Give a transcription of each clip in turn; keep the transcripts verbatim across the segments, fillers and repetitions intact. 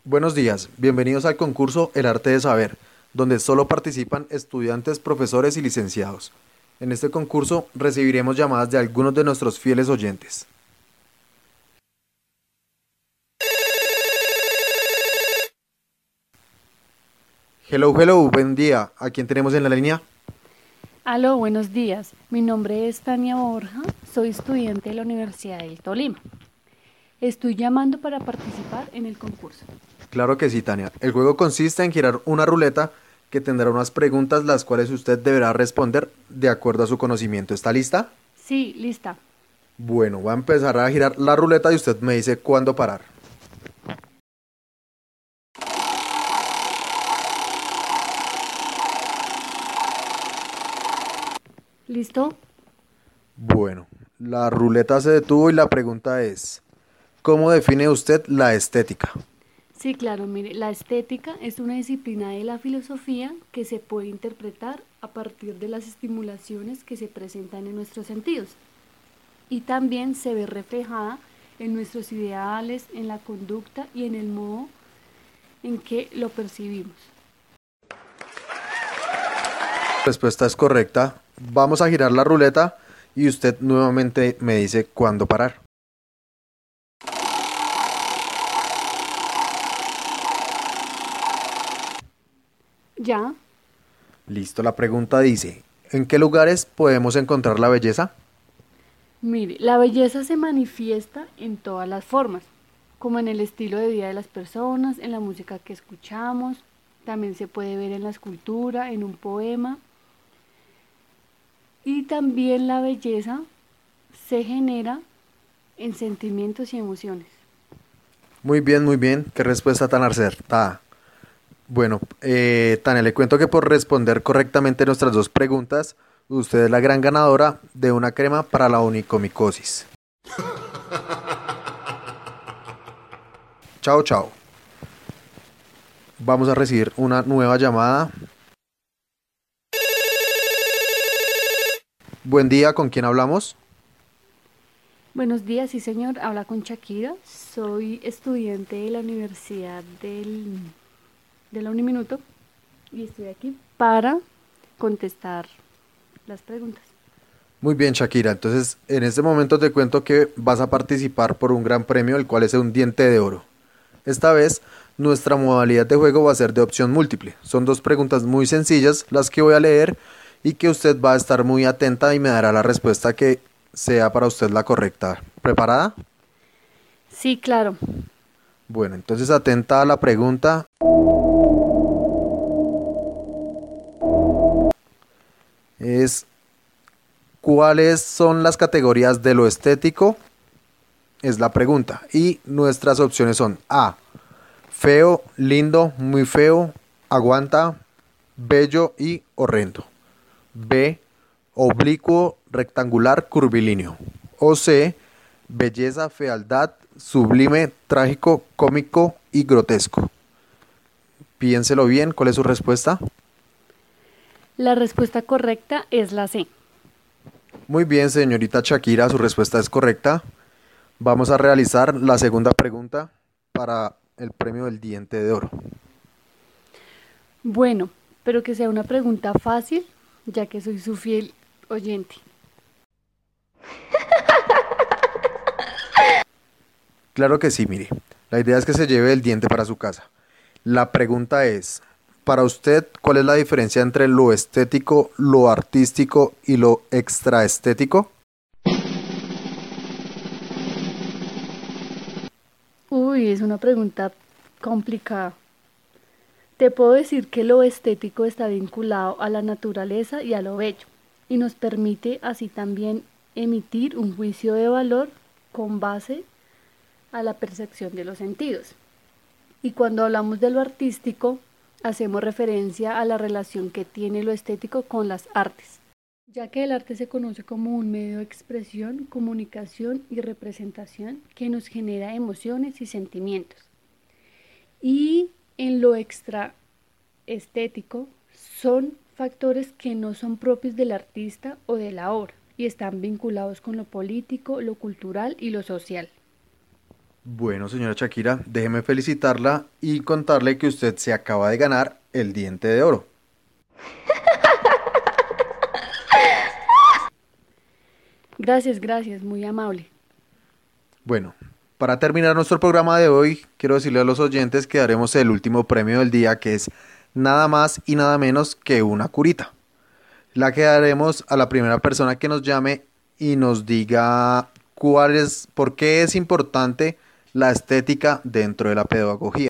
Buenos días, bienvenidos al concurso El Arte de Saber, donde solo participan estudiantes, profesores y licenciados. En este concurso recibiremos llamadas de algunos de nuestros fieles oyentes. Hello, hello, buen día. ¿A quién tenemos en la línea? Aló, buenos días. Mi nombre es Tania Borja, soy estudiante de la Universidad del Tolima. Estoy llamando para participar en el concurso. Claro que sí, Tania. El juego consiste en girar una ruleta que tendrá unas preguntas las cuales usted deberá responder de acuerdo a su conocimiento. ¿Está lista? Sí, lista. Bueno, voy a empezar a girar la ruleta y usted me dice cuándo parar. ¿Listo? Bueno, la ruleta se detuvo y la pregunta es, ¿cómo define usted la estética? Sí, claro, mire, la estética es una disciplina de la filosofía que se puede interpretar a partir de las estimulaciones que se presentan en nuestros sentidos y también se ve reflejada en nuestros ideales, en la conducta y en el modo en que lo percibimos. La respuesta es correcta. Vamos a girar la ruleta y usted nuevamente me dice cuándo parar. ¿Ya? Listo, la pregunta dice, ¿en qué lugares podemos encontrar la belleza? Mire, la belleza se manifiesta en todas las formas, como en el estilo de vida de las personas, en la música que escuchamos, también se puede ver en la escultura, en un poema, y también la belleza se genera en sentimientos y emociones. Muy bien, muy bien. Qué respuesta tan acertada. Bueno, eh, Tania, le cuento que por responder correctamente nuestras dos preguntas, usted es la gran ganadora de una crema para la onicomicosis. Chao, chao. Vamos a recibir una nueva llamada. Buen día, ¿con quién hablamos? Buenos días, sí señor, habla con Shakira, soy estudiante de la Universidad del, de la Uniminuto y estoy aquí para contestar las preguntas. Muy bien, Shakira. Entonces, en este momento te cuento que vas a participar por un gran premio, el cual es un diente de oro. Esta vez, nuestra modalidad de juego va a ser de opción múltiple. Son dos preguntas muy sencillas las que voy a leer y que usted va a estar muy atenta y me dará la respuesta que sea para usted la correcta. ¿Preparada? Sí, claro. Bueno, entonces atenta a la pregunta. Es, ¿cuáles son las categorías de lo estético? Es la pregunta. Y nuestras opciones son A, feo, lindo, muy feo, aguanta, bello y horrendo. B, oblicuo, rectangular, curvilíneo. O C, belleza, fealdad, sublime, trágico, cómico y grotesco. Piénselo bien, ¿cuál es su respuesta? La respuesta correcta es la C. Muy bien, señorita Shakira, su respuesta es correcta. Vamos a realizar la segunda pregunta para el premio del diente de oro. Bueno, pero que sea una pregunta fácil, ya que soy su fiel oyente. Claro que sí, mire. La idea es que se lleve el diente para su casa. La pregunta es, para usted, ¿cuál es la diferencia entre lo estético, lo artístico y lo extraestético? Uy, es una pregunta complicada. Te puedo decir que lo estético está vinculado a la naturaleza y a lo bello, y nos permite así también emitir un juicio de valor con base a la percepción de los sentidos. Y cuando hablamos de lo artístico, hacemos referencia a la relación que tiene lo estético con las artes, ya que el arte se conoce como un medio de expresión, comunicación y representación que nos genera emociones y sentimientos. Y en lo extraestético son factores que no son propios del artista o de la obra y están vinculados con lo político, lo cultural y lo social. Bueno, señora Shakira, déjeme felicitarla y contarle que usted se acaba de ganar el diente de oro. Gracias, gracias, muy amable. Bueno, para terminar nuestro programa de hoy, quiero decirle a los oyentes que daremos el último premio del día, que es nada más y nada menos que una curita. La que daremos a la primera persona que nos llame y nos diga cuál es, por qué es importante la estética dentro de la pedagogía.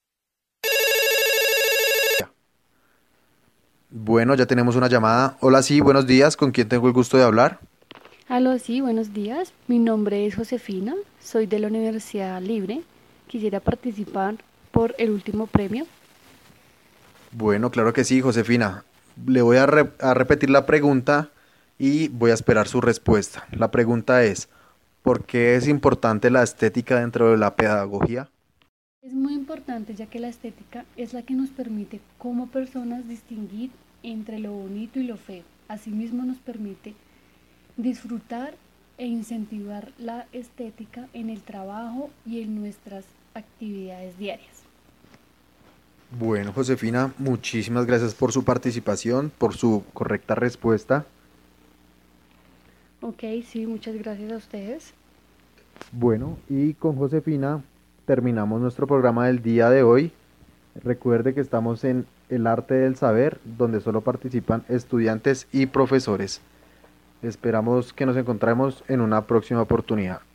Bueno, ya tenemos una llamada. Hola, sí, buenos días. ¿Con quién tengo el gusto de hablar? Aló, sí, buenos días. Mi nombre es Josefina, soy de la Universidad Libre. Quisiera participar por el último premio. Bueno, claro que sí, Josefina. Le voy a, re- a repetir la pregunta y voy a esperar su respuesta. La pregunta es, ¿por qué es importante la estética dentro de la pedagogía? Es muy importante ya que la estética es la que nos permite como personas distinguir entre lo bonito y lo feo. Asimismo nos permite disfrutar e incentivar la estética en el trabajo y en nuestras actividades diarias. Bueno, Josefina, muchísimas gracias por su participación, por su correcta respuesta. Ok, sí, muchas gracias a ustedes. Bueno, y con Josefina terminamos nuestro programa del día de hoy. Recuerde que estamos en el arte del saber, donde solo participan estudiantes y profesores. Esperamos que nos encontremos en una próxima oportunidad.